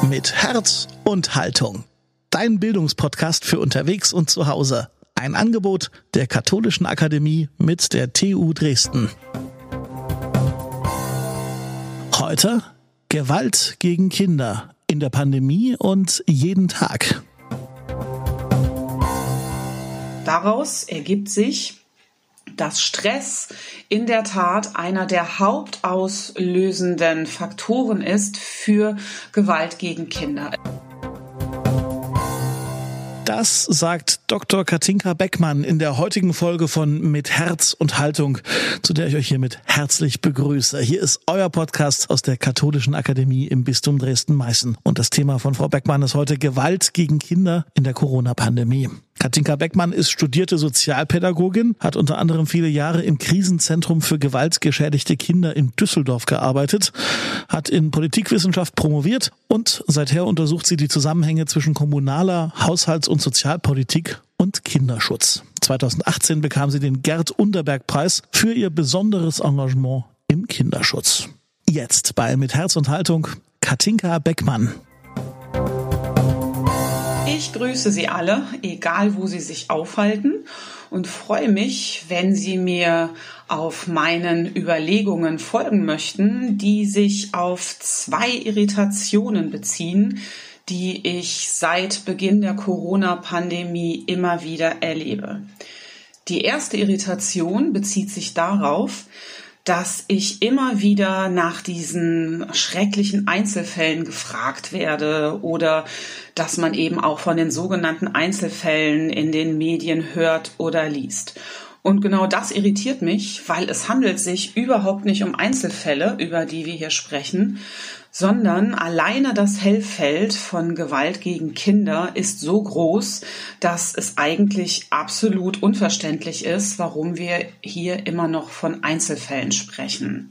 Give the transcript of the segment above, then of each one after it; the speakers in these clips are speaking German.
Mit Herz und Haltung. Dein Bildungspodcast für unterwegs und zu Hause. Ein Angebot der Katholischen Akademie mit der TU Dresden. Heute Gewalt gegen Kinder in der Pandemie und jeden Tag. Daraus ergibt sich, dass Stress in der Tat einer der hauptauslösenden Faktoren ist für Gewalt gegen Kinder. Das sagt Dr. Katinka Beckmann in der heutigen Folge von Mit Herz und Haltung, zu der ich euch hiermit herzlich begrüße. Hier ist euer Podcast aus der Katholischen Akademie im Bistum Dresden-Meißen. Und das Thema von Frau Beckmann ist heute Gewalt gegen Kinder in der Corona-Pandemie. Katinka Beckmann ist studierte Sozialpädagogin, hat unter anderem viele Jahre im Krisenzentrum für gewaltgeschädigte Kinder in Düsseldorf gearbeitet, hat in Politikwissenschaft promoviert und seither untersucht sie die Zusammenhänge zwischen kommunaler, Haushalts- und Sozialpolitik und Kinderschutz. 2018 bekam sie den Gerd-Unterberg-Preis für ihr besonderes Engagement im Kinderschutz. Jetzt bei Mit Herz und Haltung Katinka Beckmann. Ich grüße Sie alle, egal wo Sie sich aufhalten, und freue mich, wenn Sie mir auf meinen Überlegungen folgen möchten, die sich auf 2 Irritationen beziehen, die ich seit Beginn der Corona-Pandemie immer wieder erlebe. Die erste Irritation bezieht sich darauf, dass ich immer wieder nach diesen schrecklichen Einzelfällen gefragt werde oder dass man eben auch von den sogenannten Einzelfällen in den Medien hört oder liest. Und genau das irritiert mich, weil es handelt sich überhaupt nicht um Einzelfälle, über die wir hier sprechen, sondern alleine das Hellfeld von Gewalt gegen Kinder ist so groß, dass es eigentlich absolut unverständlich ist, warum wir hier immer noch von Einzelfällen sprechen.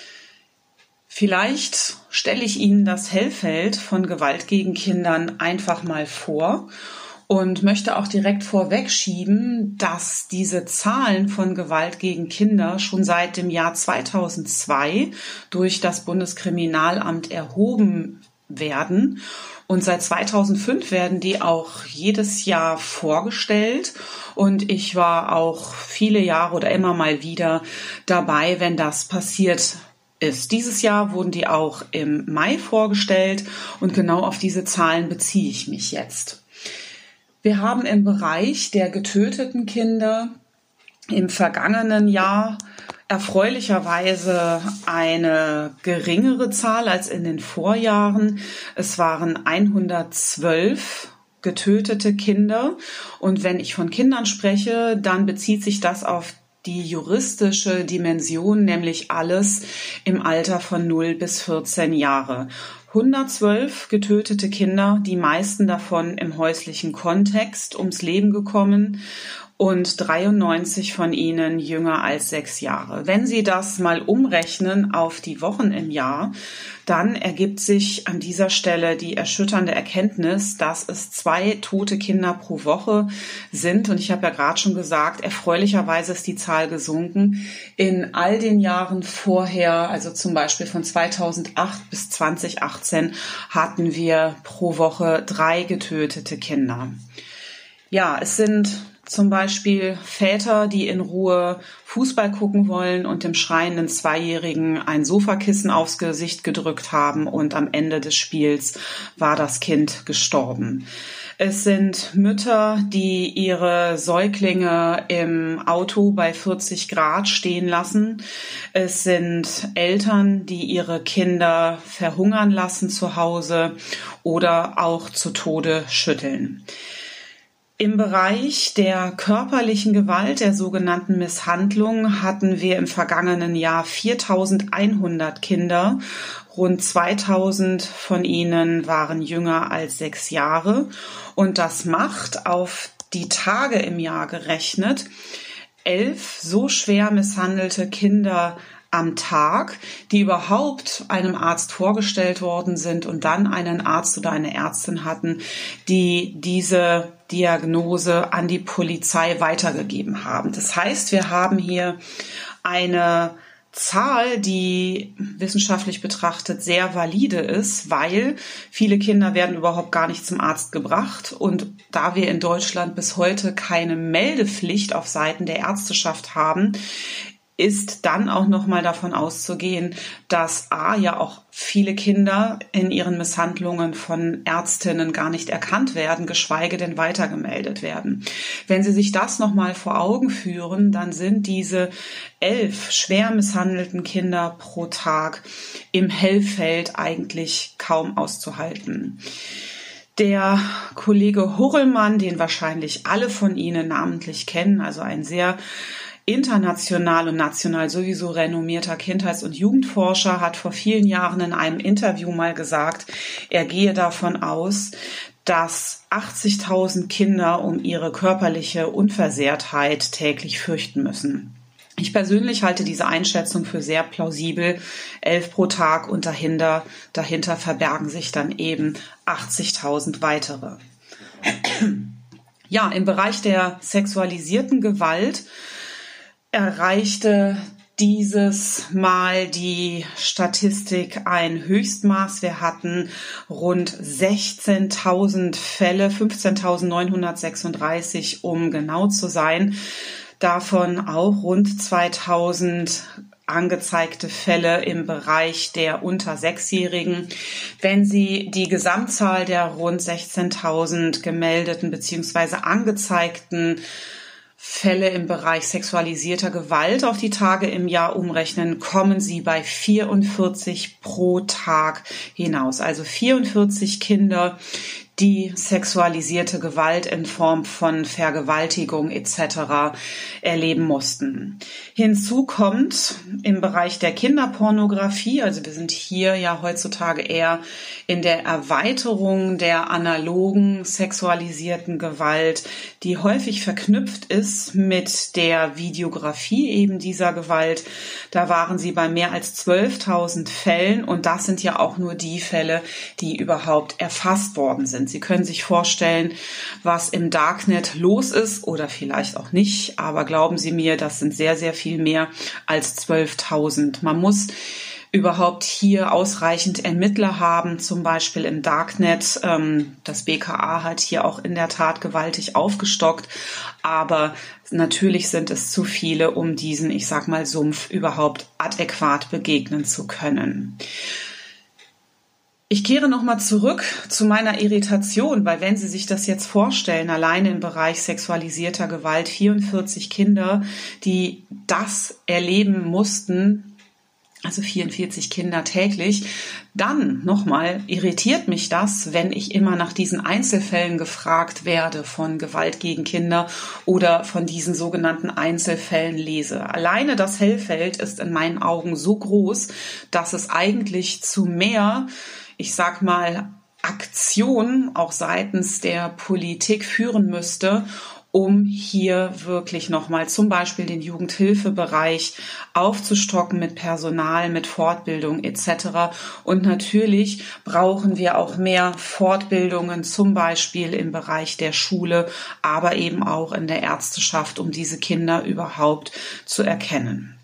Vielleicht stelle ich Ihnen das Hellfeld von Gewalt gegen Kindern einfach mal vor und möchte auch direkt vorwegschieben, dass diese Zahlen von Gewalt gegen Kinder schon seit dem Jahr 2002 durch das Bundeskriminalamt erhoben werden. Und seit 2005 werden die auch jedes Jahr vorgestellt. Und ich war auch viele Jahre oder immer mal wieder dabei, wenn das passiert ist. Dieses Jahr wurden die auch im Mai vorgestellt und genau auf diese Zahlen beziehe ich mich jetzt. Wir haben im Bereich der getöteten Kinder im vergangenen Jahr erfreulicherweise eine geringere Zahl als in den Vorjahren. Es waren 112 getötete Kinder. Und wenn ich von Kindern spreche, dann bezieht sich das auf die juristische Dimension, nämlich alles im Alter von 0 bis 14 Jahre. 112 getötete Kinder, die meisten davon im häuslichen Kontext ums Leben gekommen und 93 von ihnen jünger als 6 Jahre. Wenn Sie das mal umrechnen auf die Wochen im Jahr, dann ergibt sich an dieser Stelle die erschütternde Erkenntnis, dass es 2 tote Kinder pro Woche sind. Und ich habe ja gerade schon gesagt, erfreulicherweise ist die Zahl gesunken. In all den Jahren vorher, also zum Beispiel von 2008 bis 2018, hatten wir pro Woche 3 getötete Kinder. Ja, es sind zum Beispiel Väter, die in Ruhe Fußball gucken wollen und dem schreienden Zweijährigen ein Sofakissen aufs Gesicht gedrückt haben und am Ende des Spiels war das Kind gestorben. Es sind Mütter, die ihre Säuglinge im Auto bei 40 Grad stehen lassen. Es sind Eltern, die ihre Kinder verhungern lassen zu Hause oder auch zu Tode schütteln. Im Bereich der körperlichen Gewalt, der sogenannten Misshandlung, hatten wir im vergangenen Jahr 4.100 Kinder. Rund 2.000 von ihnen waren jünger als 6 Jahre. Und das macht auf die Tage im Jahr gerechnet 11 so schwer misshandelte Kinder am Tag, die überhaupt einem Arzt vorgestellt worden sind und dann einen Arzt oder eine Ärztin hatten, die diese Diagnose an die Polizei weitergegeben haben. Das heißt, wir haben hier eine Zahl, die wissenschaftlich betrachtet sehr valide ist, weil viele Kinder werden überhaupt gar nicht zum Arzt gebracht. Und da wir in Deutschland bis heute keine Meldepflicht auf Seiten der Ärzteschaft haben, ist dann auch nochmal davon auszugehen, dass ja auch viele Kinder in ihren Misshandlungen von Ärztinnen gar nicht erkannt werden, geschweige denn weitergemeldet werden. Wenn Sie sich das nochmal vor Augen führen, dann sind diese 11 schwer misshandelten Kinder pro Tag im Hellfeld eigentlich kaum auszuhalten. Der Kollege Hurrellmann, den wahrscheinlich alle von Ihnen namentlich kennen, also ein sehr international und national sowieso renommierter Kindheits- und Jugendforscher, hat vor vielen Jahren in einem Interview mal gesagt, er gehe davon aus, dass 80.000 Kinder um ihre körperliche Unversehrtheit täglich fürchten müssen. Ich persönlich halte diese Einschätzung für sehr plausibel. 11 pro Tag und dahinter verbergen sich dann eben 80.000 weitere. Ja, im Bereich der sexualisierten Gewalt erreichte dieses Mal die Statistik ein Höchstmaß. Wir hatten rund 16.000 Fälle, 15.936, um genau zu sein. Davon auch rund 2.000 angezeigte Fälle im Bereich der unter 6-Jährigen. Wenn Sie die Gesamtzahl der rund 16.000 gemeldeten bzw. angezeigten Fälle im Bereich sexualisierter Gewalt auf die Tage im Jahr umrechnen, kommen Sie bei 44 pro Tag hinaus. Also 44 Kinder, die sexualisierte Gewalt in Form von Vergewaltigung etc. erleben mussten. Hinzu kommt im Bereich der Kinderpornografie, also wir sind hier ja heutzutage eher in der Erweiterung der analogen sexualisierten Gewalt, die häufig verknüpft ist mit der Videografie eben dieser Gewalt. Da waren sie bei mehr als 12.000 Fällen und das sind ja auch nur die Fälle, die überhaupt erfasst worden sind. Sie können sich vorstellen, was im Darknet los ist oder vielleicht auch nicht, aber glauben Sie mir, das sind sehr, sehr viel mehr als 12.000. Man muss überhaupt hier ausreichend Ermittler haben, zum Beispiel im Darknet. Das BKA hat hier auch in der Tat gewaltig aufgestockt, aber natürlich sind es zu viele, um diesen, ich sag mal, Sumpf überhaupt adäquat begegnen zu können. Ich kehre nochmal zurück zu meiner Irritation, weil wenn Sie sich das jetzt vorstellen, alleine im Bereich sexualisierter Gewalt 44 Kinder, die das erleben mussten, also 44 Kinder täglich, dann nochmal irritiert mich das, wenn ich immer nach diesen Einzelfällen gefragt werde von Gewalt gegen Kinder oder von diesen sogenannten Einzelfällen lese. Alleine das Hellfeld ist in meinen Augen so groß, dass es eigentlich zu mehr, ich sag mal, Aktion auch seitens der Politik führen müsste, um hier wirklich nochmal zum Beispiel den Jugendhilfebereich aufzustocken mit Personal, mit Fortbildung etc. Und natürlich brauchen wir auch mehr Fortbildungen, zum Beispiel im Bereich der Schule, aber eben auch in der Ärzteschaft, um diese Kinder überhaupt zu erkennen.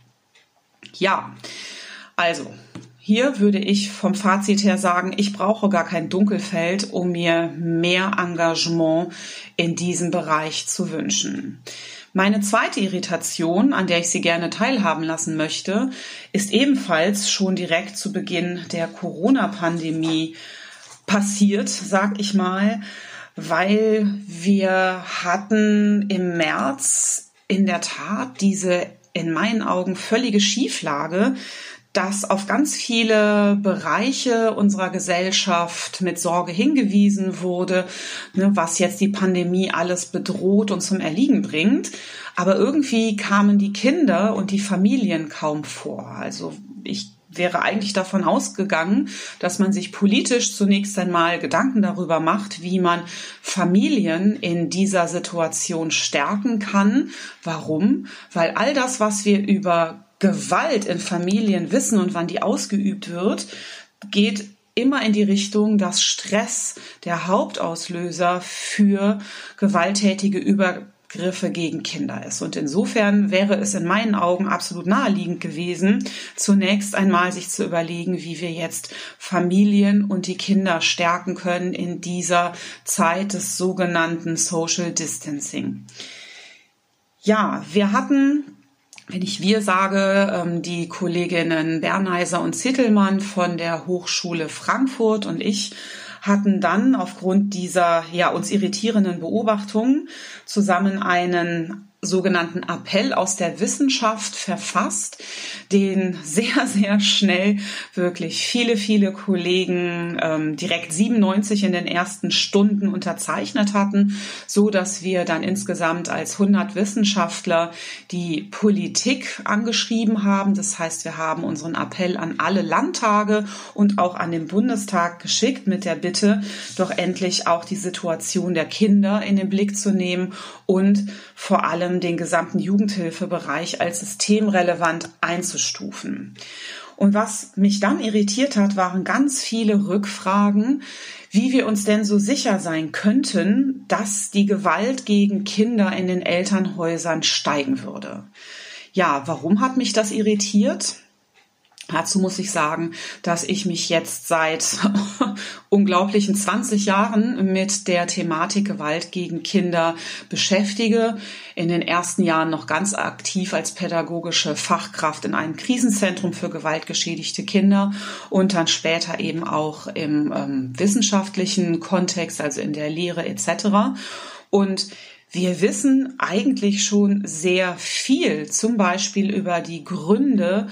Ja, also hier würde ich vom Fazit her sagen, ich brauche gar kein Dunkelfeld, um mir mehr Engagement in diesem Bereich zu wünschen. Meine zweite Irritation, an der ich Sie gerne teilhaben lassen möchte, ist ebenfalls schon direkt zu Beginn der Corona-Pandemie passiert, sag ich mal, weil wir hatten im März in der Tat diese in meinen Augen völlige Schieflage, dass auf ganz viele Bereiche unserer Gesellschaft mit Sorge hingewiesen wurde, was jetzt die Pandemie alles bedroht und zum Erliegen bringt. Aber irgendwie kamen die Kinder und die Familien kaum vor. Also ich wäre eigentlich davon ausgegangen, dass man sich politisch zunächst einmal Gedanken darüber macht, wie man Familien in dieser Situation stärken kann. Warum? Weil all das, was wir über Gewalt in Familien wissen und wann die ausgeübt wird, geht immer in die Richtung, dass Stress der Hauptauslöser für gewalttätige Übergriffe gegen Kinder ist. Und insofern wäre es in meinen Augen absolut naheliegend gewesen, zunächst einmal sich zu überlegen, wie wir jetzt Familien und die Kinder stärken können in dieser Zeit des sogenannten Social Distancing. Ja, wir hatten, wenn ich wir sage, die Kolleginnen Bernheiser und Zittelmann von der Hochschule Frankfurt und ich hatten dann aufgrund dieser uns irritierenden Beobachtungen zusammen einen sogenannten Appell aus der Wissenschaft verfasst, den sehr, sehr schnell wirklich viele Kollegen direkt 97 in den ersten Stunden unterzeichnet hatten, so dass wir dann insgesamt als 100 Wissenschaftler die Politik angeschrieben haben. Das heißt, wir haben unseren Appell an alle Landtage und auch an den Bundestag geschickt mit der Bitte, doch endlich auch die Situation der Kinder in den Blick zu nehmen und vor allem den gesamten Jugendhilfebereich als systemrelevant einzustufen. Und was mich dann irritiert hat, waren ganz viele Rückfragen, wie wir uns denn so sicher sein könnten, dass die Gewalt gegen Kinder in den Elternhäusern steigen würde. Ja, warum hat mich das irritiert? Dazu muss ich sagen, dass ich mich jetzt seit unglaublichen 20 Jahren mit der Thematik Gewalt gegen Kinder beschäftige. In den ersten Jahren noch ganz aktiv als pädagogische Fachkraft in einem Krisenzentrum für gewaltgeschädigte Kinder und dann später eben auch im wissenschaftlichen Kontext, also in der Lehre etc. Und wir wissen eigentlich schon sehr viel, zum Beispiel über die Gründe,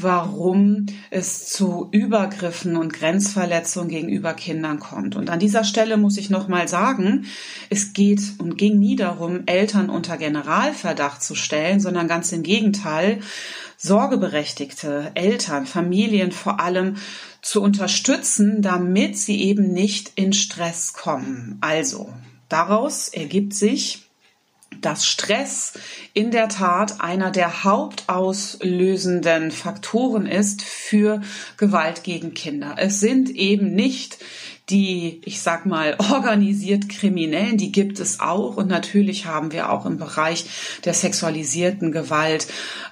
warum es zu Übergriffen und Grenzverletzungen gegenüber Kindern kommt. Und an dieser Stelle muss ich nochmal sagen, es ging nie darum, Eltern unter Generalverdacht zu stellen, sondern ganz im Gegenteil, sorgeberechtigte Eltern, Familien vor allem zu unterstützen, damit sie eben nicht in Stress kommen. Also, daraus ergibt sich, dass Stress in der Tat einer der hauptauslösenden Faktoren ist für Gewalt gegen Kinder. Es sind eben nicht die, ich sag mal, organisiert Kriminellen, die gibt es auch. Und natürlich haben wir auch im Bereich der sexualisierten Gewalt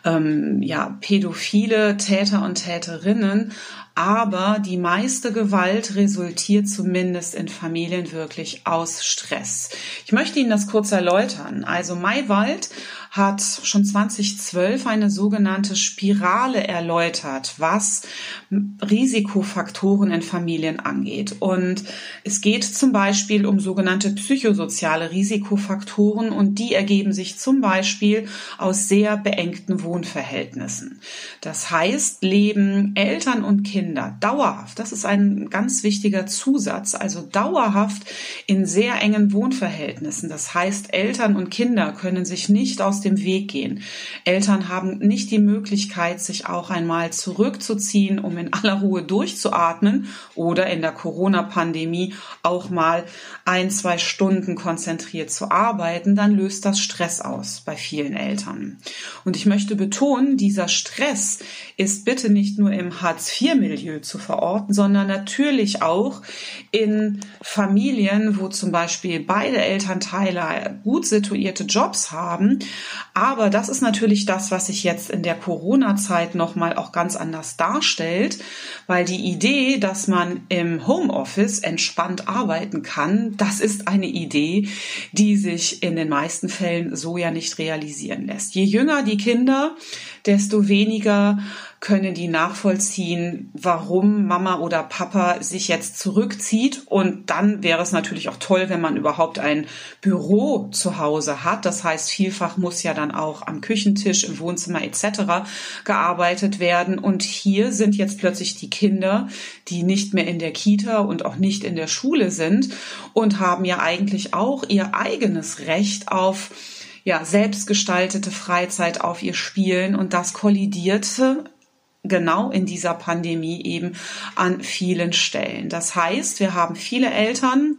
pädophile Täter und Täterinnen. Aber die meiste Gewalt resultiert zumindest in Familien wirklich aus Stress. Ich möchte Ihnen das kurz erläutern. Also Maywald hat schon 2012 eine sogenannte Spirale erläutert, was Risikofaktoren in Familien angeht. Und es geht zum Beispiel um sogenannte psychosoziale Risikofaktoren und die ergeben sich zum Beispiel aus sehr beengten Wohnverhältnissen. Das heißt, leben Eltern und Kinder dauerhaft, das ist ein ganz wichtiger Zusatz, also dauerhaft in sehr engen Wohnverhältnissen. Das heißt, Eltern und Kinder können sich nicht aus dem Weg gehen. Eltern haben nicht die Möglichkeit, sich auch einmal zurückzuziehen, um in aller Ruhe durchzuatmen oder in der Corona-Pandemie auch mal 1-2 Stunden konzentriert zu arbeiten. Dann löst das Stress aus bei vielen Eltern. Und ich möchte betonen, dieser Stress ist bitte nicht nur im Hartz-IV-Milieu zu verorten, sondern natürlich auch in Familien, wo zum Beispiel beide Elternteile gut situierte Jobs haben. Aber das ist natürlich das, was sich jetzt in der Corona-Zeit nochmal auch ganz anders darstellt, weil die Idee, dass man im Homeoffice entspannt arbeiten kann, das ist eine Idee, die sich in den meisten Fällen so ja nicht realisieren lässt. Je jünger die Kinder, desto weniger können die nachvollziehen, warum Mama oder Papa sich jetzt zurückzieht. Und dann wäre es natürlich auch toll, wenn man überhaupt ein Büro zu Hause hat. Das heißt, vielfach muss ja dann auch am Küchentisch, im Wohnzimmer etc. gearbeitet werden. Und hier sind jetzt plötzlich die Kinder, die nicht mehr in der Kita und auch nicht in der Schule sind und haben ja eigentlich auch ihr eigenes Recht auf selbstgestaltete Freizeit, auf ihr Spielen. Und das kollidierte genau in dieser Pandemie eben an vielen Stellen. Das heißt, wir haben viele Eltern,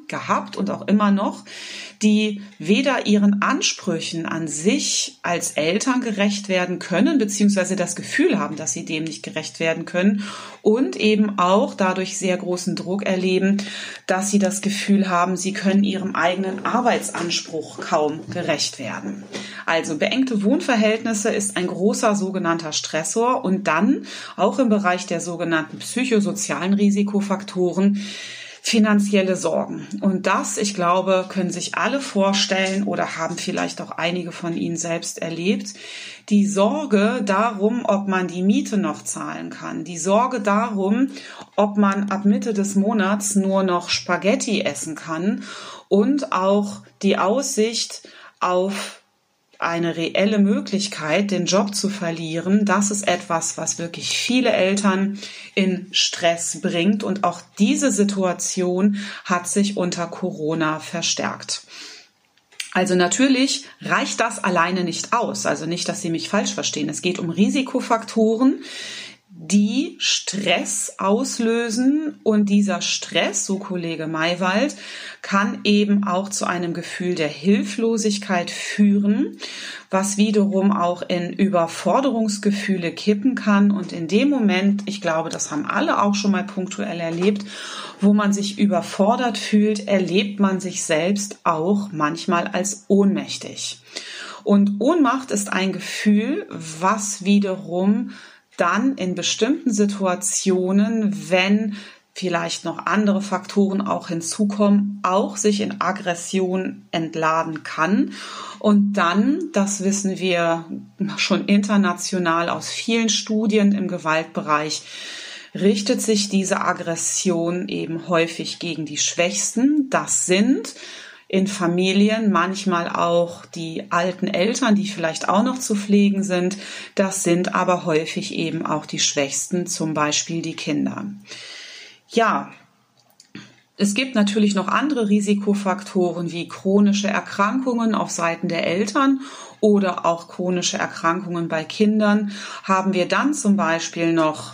gehabt und auch immer noch, die weder ihren Ansprüchen an sich als Eltern gerecht werden können, beziehungsweise das Gefühl haben, dass sie dem nicht gerecht werden können und eben auch dadurch sehr großen Druck erleben, dass sie das Gefühl haben, sie können ihrem eigenen Arbeitsanspruch kaum gerecht werden. Also beengte Wohnverhältnisse ist ein großer sogenannter Stressor und dann auch im Bereich der sogenannten psychosozialen Risikofaktoren finanzielle Sorgen. Und das, ich glaube, können sich alle vorstellen oder haben vielleicht auch einige von Ihnen selbst erlebt. Die Sorge darum, ob man die Miete noch zahlen kann. Die Sorge darum, ob man ab Mitte des Monats nur noch Spaghetti essen kann. Und auch die Aussicht auf eine reelle Möglichkeit, den Job zu verlieren, das ist etwas, was wirklich viele Eltern in Stress bringt. Und auch diese Situation hat sich unter Corona verstärkt. Also natürlich reicht das alleine nicht aus. Also nicht, dass Sie mich falsch verstehen. Es geht um Risikofaktoren, die Stress auslösen und dieser Stress, so Kollege Maywald, kann eben auch zu einem Gefühl der Hilflosigkeit führen, was wiederum auch in Überforderungsgefühle kippen kann und in dem Moment, ich glaube, das haben alle auch schon mal punktuell erlebt, wo man sich überfordert fühlt, erlebt man sich selbst auch manchmal als ohnmächtig. Und Ohnmacht ist ein Gefühl, was wiederum dann in bestimmten Situationen, wenn vielleicht noch andere Faktoren auch hinzukommen, auch sich in Aggression entladen kann. Und dann, das wissen wir schon international aus vielen Studien im Gewaltbereich, richtet sich diese Aggression eben häufig gegen die Schwächsten. Das sind in Familien manchmal auch die alten Eltern, die vielleicht auch noch zu pflegen sind. Das sind aber häufig eben auch die Schwächsten, zum Beispiel die Kinder. Ja, es gibt natürlich noch andere Risikofaktoren wie chronische Erkrankungen auf Seiten der Eltern oder auch chronische Erkrankungen bei Kindern. Haben wir dann zum Beispiel noch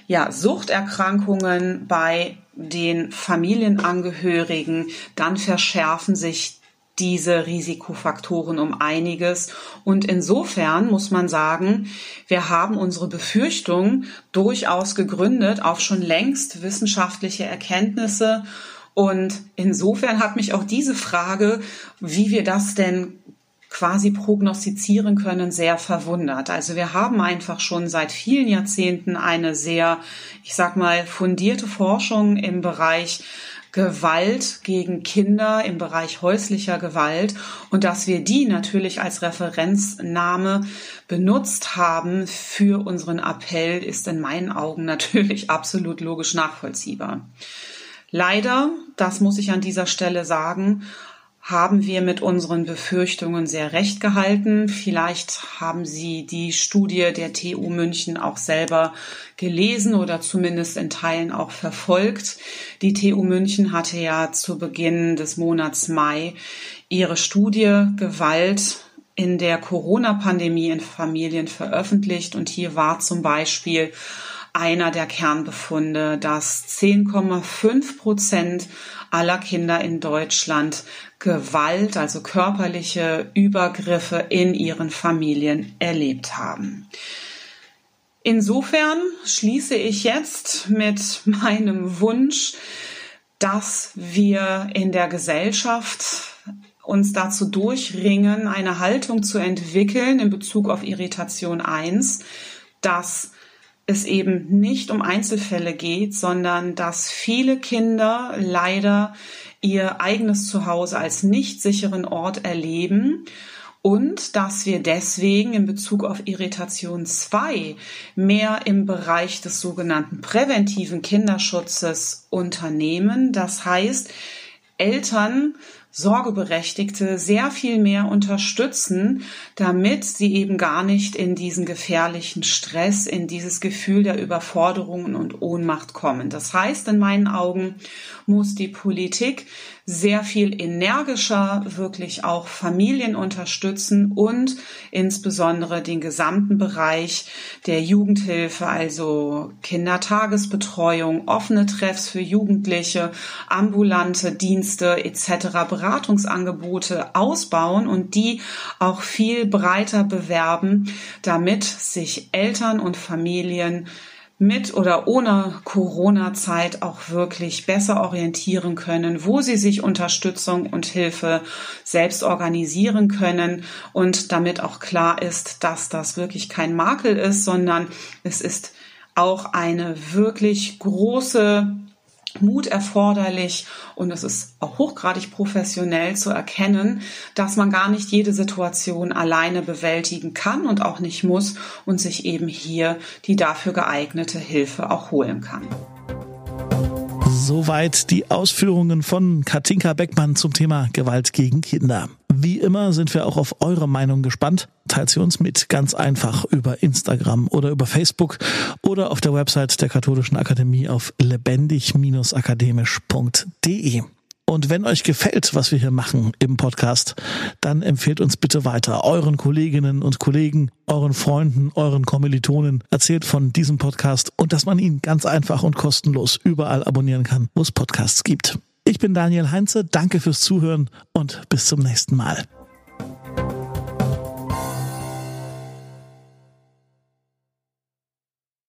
Suchterkrankungen bei den Familienangehörigen, dann verschärfen sich diese Risikofaktoren um einiges. Und insofern muss man sagen, wir haben unsere Befürchtung durchaus gegründet auf schon längst wissenschaftliche Erkenntnisse. Und insofern hat mich auch diese Frage, wie wir das denn quasi prognostizieren können, sehr verwundert. Also wir haben einfach schon seit vielen Jahrzehnten eine sehr, fundierte Forschung im Bereich Gewalt gegen Kinder, im Bereich häuslicher Gewalt und dass wir die natürlich als Referenznahme benutzt haben für unseren Appell, ist in meinen Augen natürlich absolut logisch nachvollziehbar. Leider, das muss ich an dieser Stelle sagen, haben wir mit unseren Befürchtungen sehr recht gehalten. Vielleicht haben Sie die Studie der TU München auch selber gelesen oder zumindest in Teilen auch verfolgt. Die TU München hatte ja zu Beginn des Monats Mai ihre Studie Gewalt in der Corona-Pandemie in Familien veröffentlicht. Und hier war zum Beispiel einer der Kernbefunde, dass 10,5% aller Kinder in Deutschland Gewalt, also körperliche Übergriffe in ihren Familien erlebt haben. Insofern schließe ich jetzt mit meinem Wunsch, dass wir in der Gesellschaft uns dazu durchringen, eine Haltung zu entwickeln in Bezug auf Irritation 1, dass es eben nicht um Einzelfälle geht, sondern dass viele Kinder leider ihr eigenes Zuhause als nicht sicheren Ort erleben und dass wir deswegen in Bezug auf Irritation 2 mehr im Bereich des sogenannten präventiven Kinderschutzes unternehmen. Das heißt, Eltern, Sorgeberechtigte sehr viel mehr unterstützen, damit sie eben gar nicht in diesen gefährlichen Stress, in dieses Gefühl der Überforderung und Ohnmacht kommen. Das heißt, in meinen Augen muss die Politik sehr viel energischer wirklich auch Familien unterstützen und insbesondere den gesamten Bereich der Jugendhilfe, also Kindertagesbetreuung, offene Treffs für Jugendliche, ambulante Dienste etc., Beratungsangebote ausbauen und die auch viel breiter bewerben, damit sich Eltern und Familien mit oder ohne Corona-Zeit auch wirklich besser orientieren können, wo sie sich Unterstützung und Hilfe selbst organisieren können und damit auch klar ist, dass das wirklich kein Makel ist, sondern es ist auch eine wirklich große Mut erforderlich und es ist auch hochgradig professionell zu erkennen, dass man gar nicht jede Situation alleine bewältigen kann und auch nicht muss und sich eben hier die dafür geeignete Hilfe auch holen kann. Soweit die Ausführungen von Katinka Beckmann zum Thema Gewalt gegen Kinder. Wie immer sind wir auch auf eure Meinung gespannt. Teilt sie uns mit, ganz einfach über Instagram oder über Facebook oder auf der Website der Katholischen Akademie auf lebendig-akademisch.de. Und wenn euch gefällt, was wir hier machen im Podcast, dann empfehlt uns bitte weiter euren Kolleginnen und Kollegen, euren Freunden, euren Kommilitonen. Erzählt von diesem Podcast und dass man ihn ganz einfach und kostenlos überall abonnieren kann, wo es Podcasts gibt. Ich bin Daniel Heinze, danke fürs Zuhören und bis zum nächsten Mal.